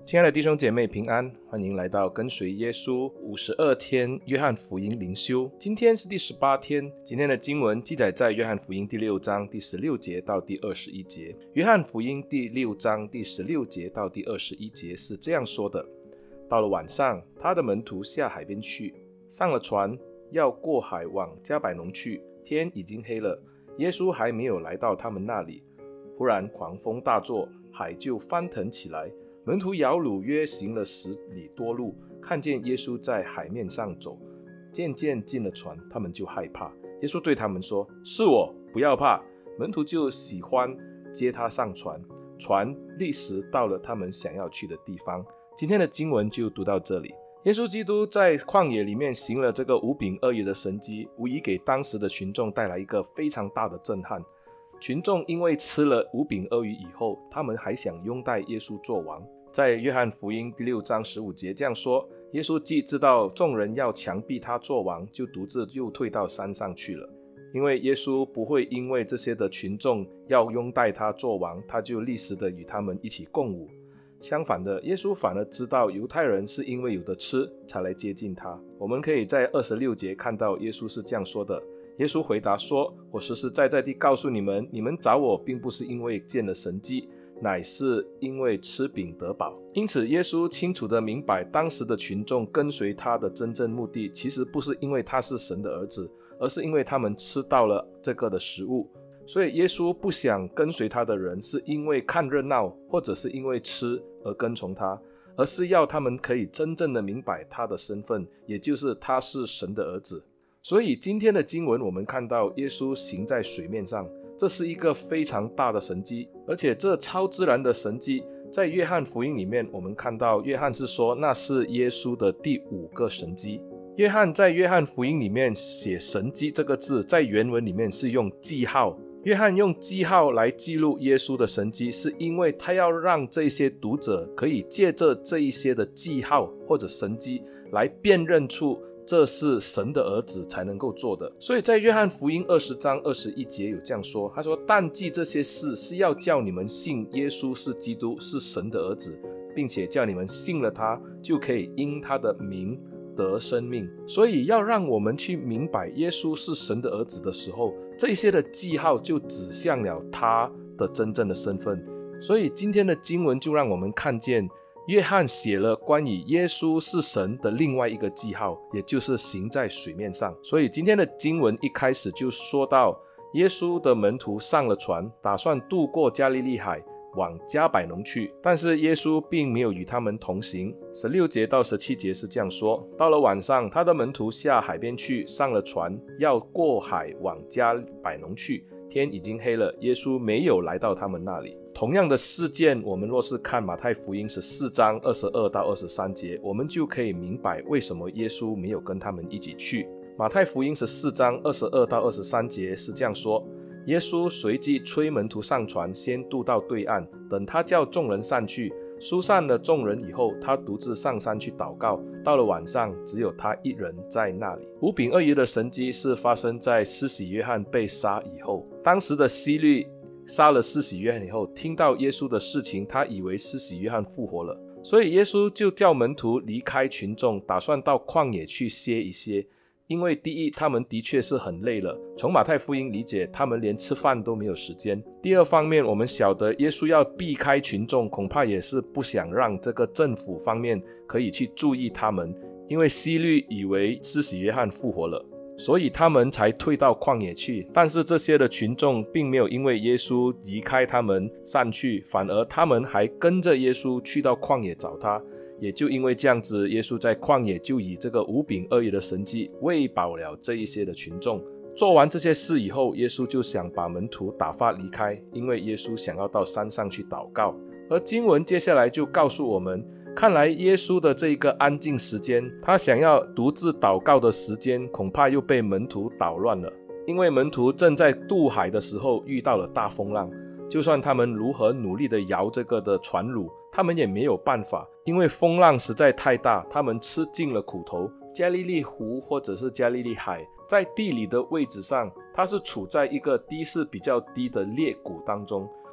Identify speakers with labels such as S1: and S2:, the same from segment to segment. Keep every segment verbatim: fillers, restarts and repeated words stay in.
S1: 亲爱的弟兄姐妹平安，欢迎来到跟随耶稣五十二天约翰福音灵修。今天是第十八天，今天的经文记载在约翰福音第六章第十六节到第二十一节。约翰福音第六章第十六节到第二十一节是这样说的：到了晚上，他的门徒下海边去，上了船，要过海往迦百农去。天已经黑了，耶稣还没有来到他们那里。忽然狂风大作，海就翻腾起来。门徒摇橹约行了十里多路，看见耶稣在海面上走，渐渐进了船，他们就害怕。耶稣对他们说：是我，不要怕。门徒就喜欢接他上船，船立时到了他们想要去的地方。今天的经文就读到这里。耶稣基督在旷野里面行了这个五饼二鱼的神迹，无疑给当时的群众带来一个非常大的震撼。群众因为吃了五饼二鱼以后，他们还想拥戴耶稣做王。在约翰福音第六章十五节这样说：耶稣既知道众人要强逼他做王，就独自又退到山上去了。因为耶稣不会因为这些的群众要拥戴他做王，他就立时的与他们一起共舞。相反的，耶稣反而知道犹太人是因为有的吃才来接近他。我们可以在二十六节看到耶稣是这样说的：耶稣回答说：我实实在在地告诉你们，你们找我并不是因为见了神迹，乃是因为吃饼得饱。因此耶稣清楚地明白，当时的群众跟随他的真正目的，其实不是因为他是神的儿子，而是因为他们吃到了这个的食物。所以耶稣不想跟随他的人是因为看热闹，或者是因为吃而跟从他，而是要他们可以真正的明白他的身份，也就是他是神的儿子。所以今天的经文我们看到耶稣行在水面上，这是一个非常大的神迹，而且这超自然的神迹在约翰福音里面，我们看到约翰是说那是耶稣的第五个神迹。约翰在约翰福音里面写神迹这个字，在原文里面是用记号。约翰用记号来记录耶稣的神迹，是因为他要让这些读者可以借着这一些的记号或者神迹来辨认出这是神的儿子才能够做的。所以在约翰福音二十章二十一节有这样说，他说：但记这些事是要叫你们信耶稣是基督，是神的儿子，并且叫你们信了他，就可以因他的名得生命。所以要让我们去明白耶稣是神的儿子的时候，这些的记号就指向了他的真正的身份。所以今天的经文就让我们看见约翰写了关于耶稣是神的另外一个记号，也就是行在水面上。所以今天的经文一开始就说到耶稣的门徒上了船，打算渡过加利利海往迦百农去，但是耶稣并没有与他们同行。十六节到十七节是这样说：到了晚上，他的门徒下海边去，上了船，要过海往迦百农去。天已经黑了，耶稣没有来到他们那里。同样的事件，我们若是看马太福音十四章二十二到二十三节，我们就可以明白为什么耶稣没有跟他们一起去。马太福音十四章二十二到二十三节是这样说：耶稣随即催门徒上船，先渡到对岸，等他叫众人散去。疏散了众人以后，他独自上山去祷告。到了晚上，只有他一人在那里。五饼二鱼的神迹是发生在施洗约翰被杀以后。当时的希律杀了施洗约翰以后，听到耶稣的事情，他以为施洗约翰复活了，所以耶稣就叫门徒离开群众，打算到旷野去歇一歇。因为第一，他们的确是很累了，从马太福音理解，他们连吃饭都没有时间。第二方面，我们晓得耶稣要避开群众，恐怕也是不想让这个政府方面可以去注意他们，因为希律以为施洗约翰复活了，所以他们才退到旷野去。但是这些的群众并没有因为耶稣离开他们散去，反而他们还跟着耶稣去到旷野找他。也就因为这样子，耶稣在旷野就以这个五饼二鱼的神迹喂饱了这一些的群众。做完这些事以后，耶稣就想把门徒打发离开，因为耶稣想要到山上去祷告。而经文接下来就告诉我们，看来耶稣的这一个安静时间，他想要独自祷告的时间，恐怕又被门徒捣乱了。因为门徒正在渡海的时候遇到了大风浪，就算他们如何努力的摇这个的船橹，他们也没有办法，因为风浪实在太大，他们吃尽了苦头。加利利湖或者是加利利海，在地理的位置上，它是处在一个地势比较低的裂谷当中，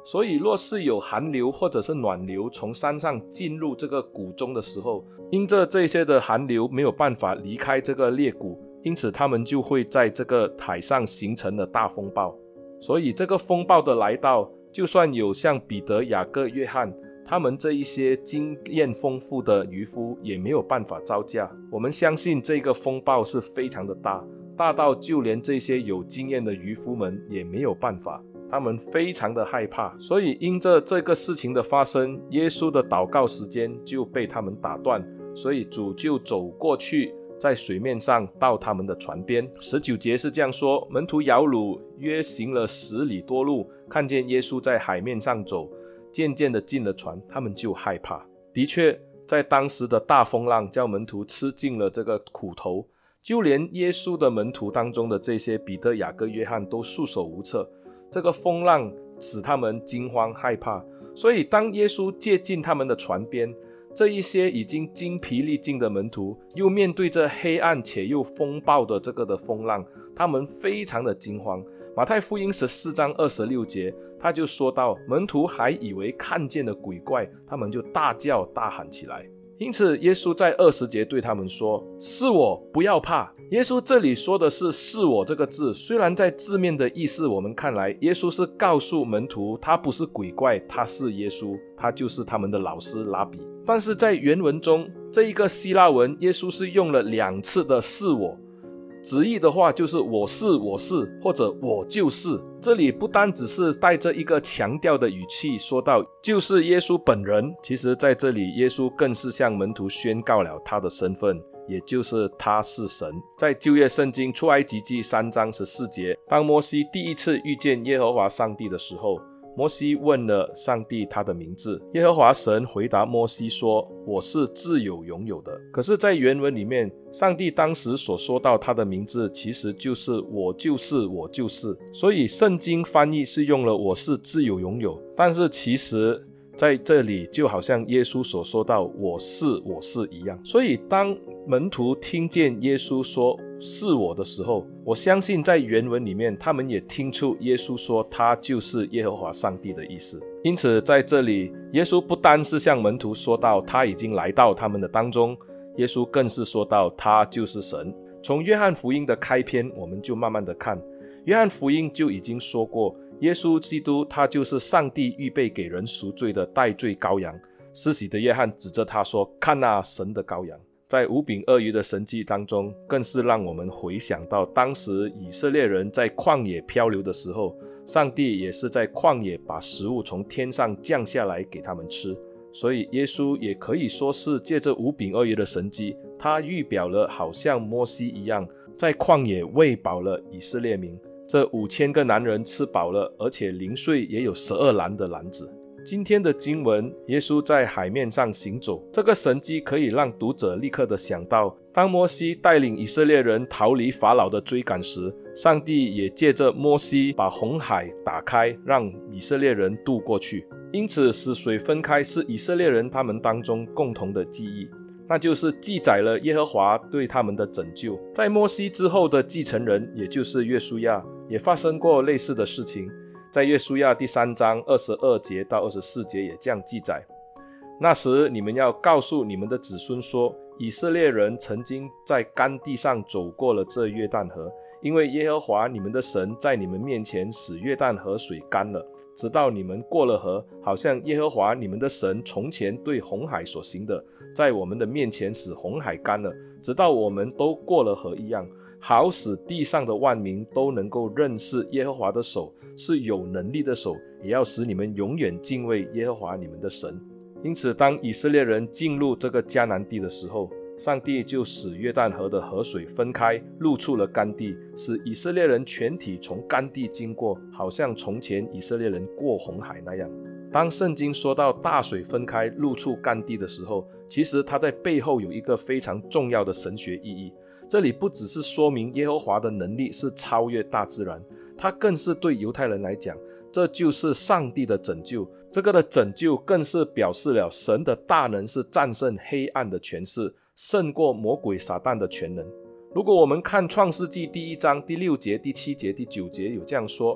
S1: 所以若是有寒流或者是暖流从山上进入这个谷中的时候，因着这些的寒流没有办法离开这个裂谷，因此他们就会在这个海上形成了大风暴。所以这个风暴的来到，就算有像彼得、雅各、约翰他们这一些经验丰富的渔夫也没有办法招架。我们相信这个风暴是非常的大，大到就连这些有经验的渔夫们也没有办法，他们非常的害怕。所以因着这个事情的发生，耶稣的祷告时间就被他们打断，所以主就走过去，在水面上到他们的船边。十九节是这样说，门徒摇橹，约行了十里多路，看见耶稣在海面上走，渐渐的进了船，他们就害怕。的确，在当时的大风浪叫门徒吃尽了这个苦头，就连耶稣的门徒当中的这些彼得、雅各、约翰都束手无策，这个风浪使他们惊慌害怕。所以当耶稣接近他们的船边，这一些已经精疲力尽的门徒又面对着黑暗且又风暴的这个的风浪，他们非常的惊慌。马太福音十四章二十六节他就说到，门徒还以为看见了鬼怪，他们就大叫大喊起来。因此耶稣在二十节对他们说，是我，不要怕。耶稣这里说的是是我这个字，虽然在字面的意思我们看来，耶稣是告诉门徒他不是鬼怪，他是耶稣，他就是他们的老师拉比。但是在原文中，这一个希腊文耶稣是用了两次的是我，直译的话就是我是我是，或者我就是。这里不单只是带着一个强调的语气说到就是耶稣本人，其实在这里耶稣更是向门徒宣告了他的身份，也就是他是神。在旧约圣经出埃及记三章十四节，当摩西第一次遇见耶和华上帝的时候，摩西问了上帝他的名字，耶和华神回答摩西说，我是自有永有的。可是在原文里面，上帝当时所说到他的名字其实就是我就是我就是，所以圣经翻译是用了我是自有永有，但是其实在这里就好像耶稣所说到我是我是一样。所以当门徒听见耶稣说是我的时候，我相信在原文里面他们也听出耶稣说他就是耶和华上帝的意思。因此在这里耶稣不单是向门徒说到他已经来到他们的当中，耶稣更是说到他就是神。从约翰福音的开篇我们就慢慢的看，约翰福音就已经说过，耶稣基督他就是上帝预备给人赎罪的代罪羔羊。施洗的约翰指着他说，看啊，神的羔羊。在五饼二鱼的神迹当中，更是让我们回想到当时以色列人在旷野漂流的时候，上帝也是在旷野把食物从天上降下来给他们吃。所以耶稣也可以说是借着五饼二鱼的神迹，他预表了好像摩西一样，在旷野喂饱了以色列民。这五千个男人吃饱了，而且零碎也有十二篮的篮子。今天的经文，耶稣在海面上行走，这个神迹可以让读者立刻的想到，当摩西带领以色列人逃离法老的追赶时，上帝也借着摩西把红海打开，让以色列人渡过去。因此使水分开是以色列人他们当中共同的记忆，那就是记载了耶和华对他们的拯救。在摩西之后的继承人，也就是约书亚，也发生过类似的事情。在约书亚第三章二十二节到二十四节也这样记载，那时你们要告诉你们的子孙说，以色列人曾经在干地上走过了这约旦河，因为耶和华你们的神在你们面前使约旦河水干了，直到你们过了河，好像耶和华你们的神从前对红海所行的，在我们的面前使红海干了，直到我们都过了河一样，好使地上的万民都能够认识耶和华的手是有能力的手，也要使你们永远敬畏耶和华你们的神。因此当以色列人进入这个迦南地的时候，上帝就使约旦河的河水分开，露出了干地，使以色列人全体从干地经过，好像从前以色列人过红海那样。当圣经说到大水分开露出干地的时候，其实它在背后有一个非常重要的神学意义。这里不只是说明耶和华的能力是超越大自然，它更是对犹太人来讲，这就是上帝的拯救。这个的拯救更是表示了神的大能是战胜黑暗的权势，胜过魔鬼撒旦的全能。如果我们看创世纪第一章第六节、第七节、第九节有这样说，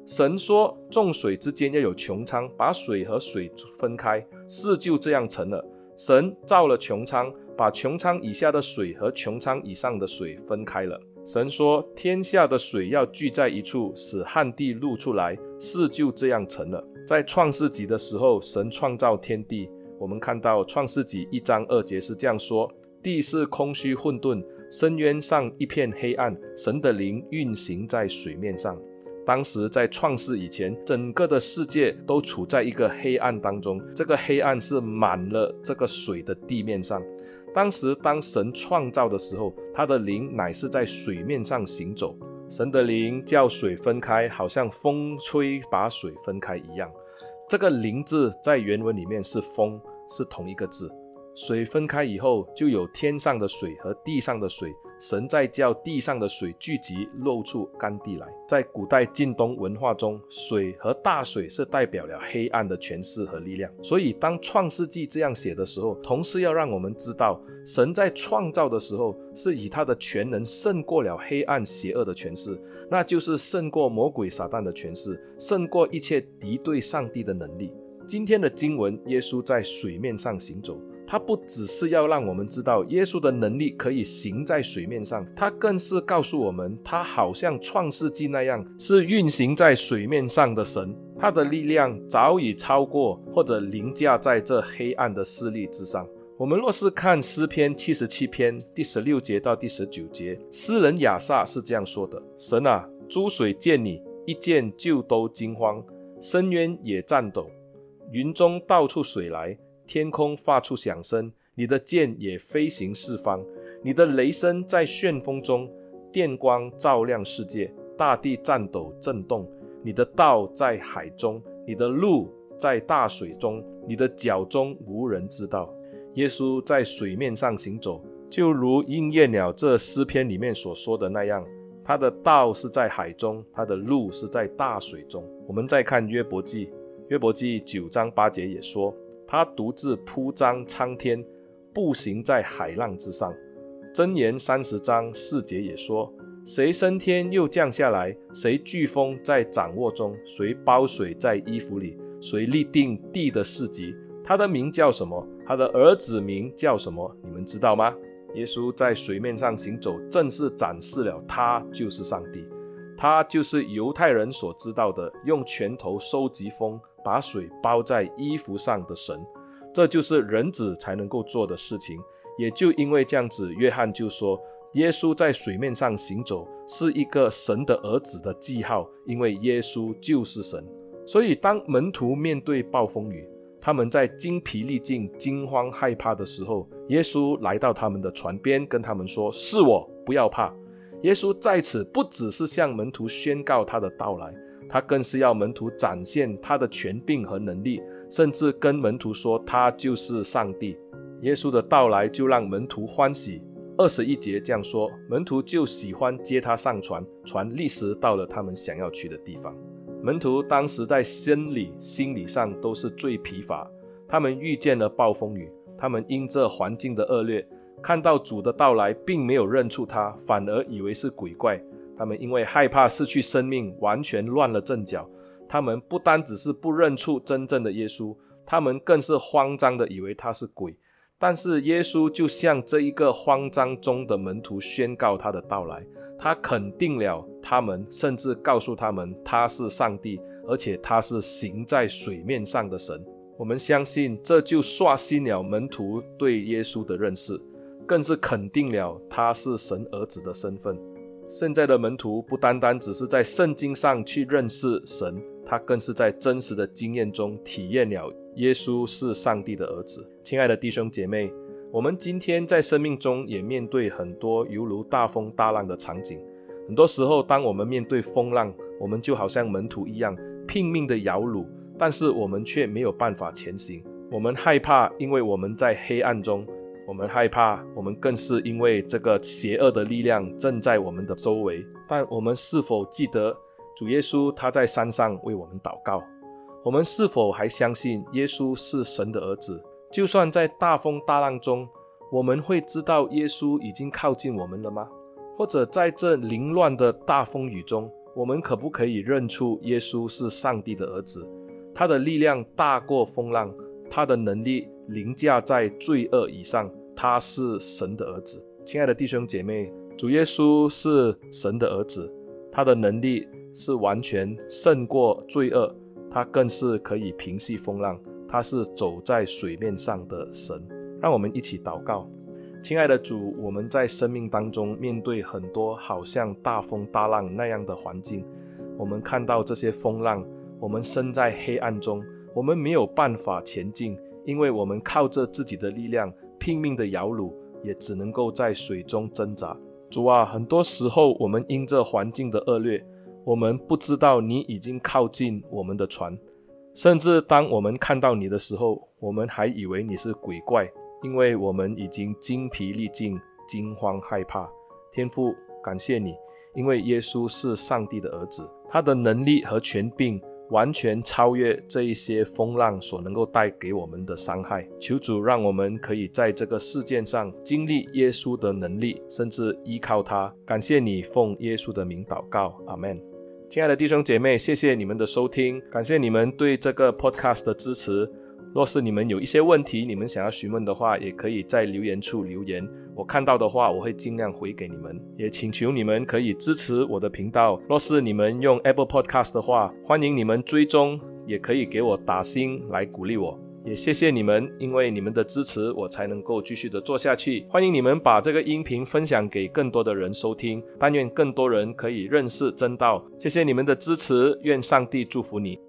S1: 神说众水之间要有穹苍，把水和水分开，事就这样成了。神造了穹苍，把穹苍以下的水和穹苍以上的水分开了。神说天下的水要聚在一处，使旱地露出来，事就这样成了。在创世纪的时候，神创造天地，我们看到创世纪一章二节是这样说：地是空虚混沌，深渊上一片黑暗，神的灵运行在水面上。当时在创世以前，整个的世界都处在一个黑暗当中，这个黑暗是满了这个水的地面上。当时当神创造的时候，他的灵乃是在水面上行走，神的灵叫水分开，好像风吹把水分开一样。这个灵字在原文里面是风，是同一个字。水分开以后，就有天上的水和地上的水，神在叫地上的水聚集，露出干地来。在古代近东文化中，水和大水是代表了黑暗的权势和力量。所以当创世纪这样写的时候，同时要让我们知道，神在创造的时候是以他的全能胜过了黑暗邪恶的权势，那就是胜过魔鬼撒旦的权势，胜过一切敌对上帝的能力。今天的经文，耶稣在水面上行走，他不只是要让我们知道耶稣的能力可以行在水面上，他更是告诉我们，他好像创世纪那样是运行在水面上的神，他的力量早已超过或者凌驾在这黑暗的势力之上。我们若是看诗篇七十七篇第十六节到第十九节，诗人亚萨是这样说的：神啊，诸水见你，一见就都惊慌，深渊也颤抖，云中倒出水来，天空发出响声，你的剑也飞行四方，你的雷声在旋风中，电光照亮世界，大地颤抖震动，你的道在海中，你的路在大水中，你的脚中无人知道。耶稣在水面上行走，就如应验了这诗篇里面所说的那样，他的道是在海中，他的路是在大水中。我们再看约伯记，约伯记九章八节也说，他独自铺张苍天，步行在海浪之上。箴言三十章四节也说，谁升天又降下来，谁飓风在掌握中，谁包水在衣服里，谁立定地的四极，他的名叫什么？他的儿子名叫什么？你们知道吗？耶稣在水面上行走，正是展示了他就是上帝，他就是犹太人所知道的用拳头收集风，把水包在衣服上的神。这就是人子才能够做的事情。也就因为这样子，约翰就说耶稣在水面上行走是一个神的儿子的记号，因为耶稣就是神。所以当门徒面对暴风雨，他们在精疲力尽惊慌害怕的时候，耶稣来到他们的船边，跟他们说，是我，不要怕。耶稣在此不只是向门徒宣告他的到来，他更是要门徒展现他的权柄和能力，甚至跟门徒说他就是上帝。耶稣的到来就让门徒欢喜。二十一节这样说，门徒就喜欢接他上船，船立时到了他们想要去的地方。门徒当时在生理心理上都是最疲乏，他们遇见了暴风雨，他们因这环境的恶劣，看到主的到来并没有认出他，反而以为是鬼怪。他们因为害怕失去生命，完全乱了阵脚。他们不单只是不认出真正的耶稣，他们更是慌张的以为他是鬼。但是耶稣就向这一个慌张中的门徒宣告他的到来，他肯定了他们，甚至告诉他们他是上帝，而且他是行在水面上的神。我们相信这就刷新了门徒对耶稣的认识，更是肯定了他是神儿子的身份。现在的门徒不单单只是在圣经上去认识神，他更是在真实的经验中体验了耶稣是上帝的儿子。亲爱的弟兄姐妹，我们今天在生命中也面对很多犹如大风大浪的场景。很多时候当我们面对风浪，我们就好像门徒一样拼命的摇橹，但是我们却没有办法前行。我们害怕，因为我们在黑暗中；我们害怕，我们更是因为这个邪恶的力量正在我们的周围。但我们是否记得主耶稣他在山上为我们祷告？我们是否还相信耶稣是神的儿子？就算在大风大浪中，我们会知道耶稣已经靠近我们了吗？或者在这凌乱的大风雨中， 我们可不可以认出耶稣是上帝的儿子？他的力量大过风浪，他的能力凌驾在罪恶以上，他是神的儿子。亲爱的弟兄姐妹，主耶稣是神的儿子，他的能力是完全胜过罪恶，他更是可以平息风浪，他是走在水面上的神。让我们一起祷告。亲爱的主，我们在生命当中面对很多好像大风大浪那样的环境，我们看到这些风浪，我们身在黑暗中，我们没有办法前进，因为我们靠着自己的力量拼命的摇橹，也只能够在水中挣扎。主啊，很多时候我们因着环境的恶劣，我们不知道你已经靠近我们的船，甚至当我们看到你的时候，我们还以为你是鬼怪，因为我们已经精疲力尽，惊慌害怕。天父，感谢你，因为耶稣是上帝的儿子，他的能力和权柄完全超越这一些风浪所能够带给我们的伤害。求主让我们可以在这个事件上经历耶稣的能力，甚至依靠他。感谢你，奉耶稣的名祷告，阿们。亲爱的弟兄姐妹，谢谢你们的收听，感谢你们对这个 podcast 的支持。若是你们有一些问题你们想要询问的话，也可以在留言处留言，我看到的话我会尽量回给你们。也请求你们可以支持我的频道，若是你们用 Apple Podcast 的话，欢迎你们追踪，也可以给我打星来鼓励我。也谢谢你们，因为你们的支持我才能够继续的做下去。欢迎你们把这个音频分享给更多的人收听，但愿更多人可以认识真道。谢谢你们的支持，愿上帝祝福你。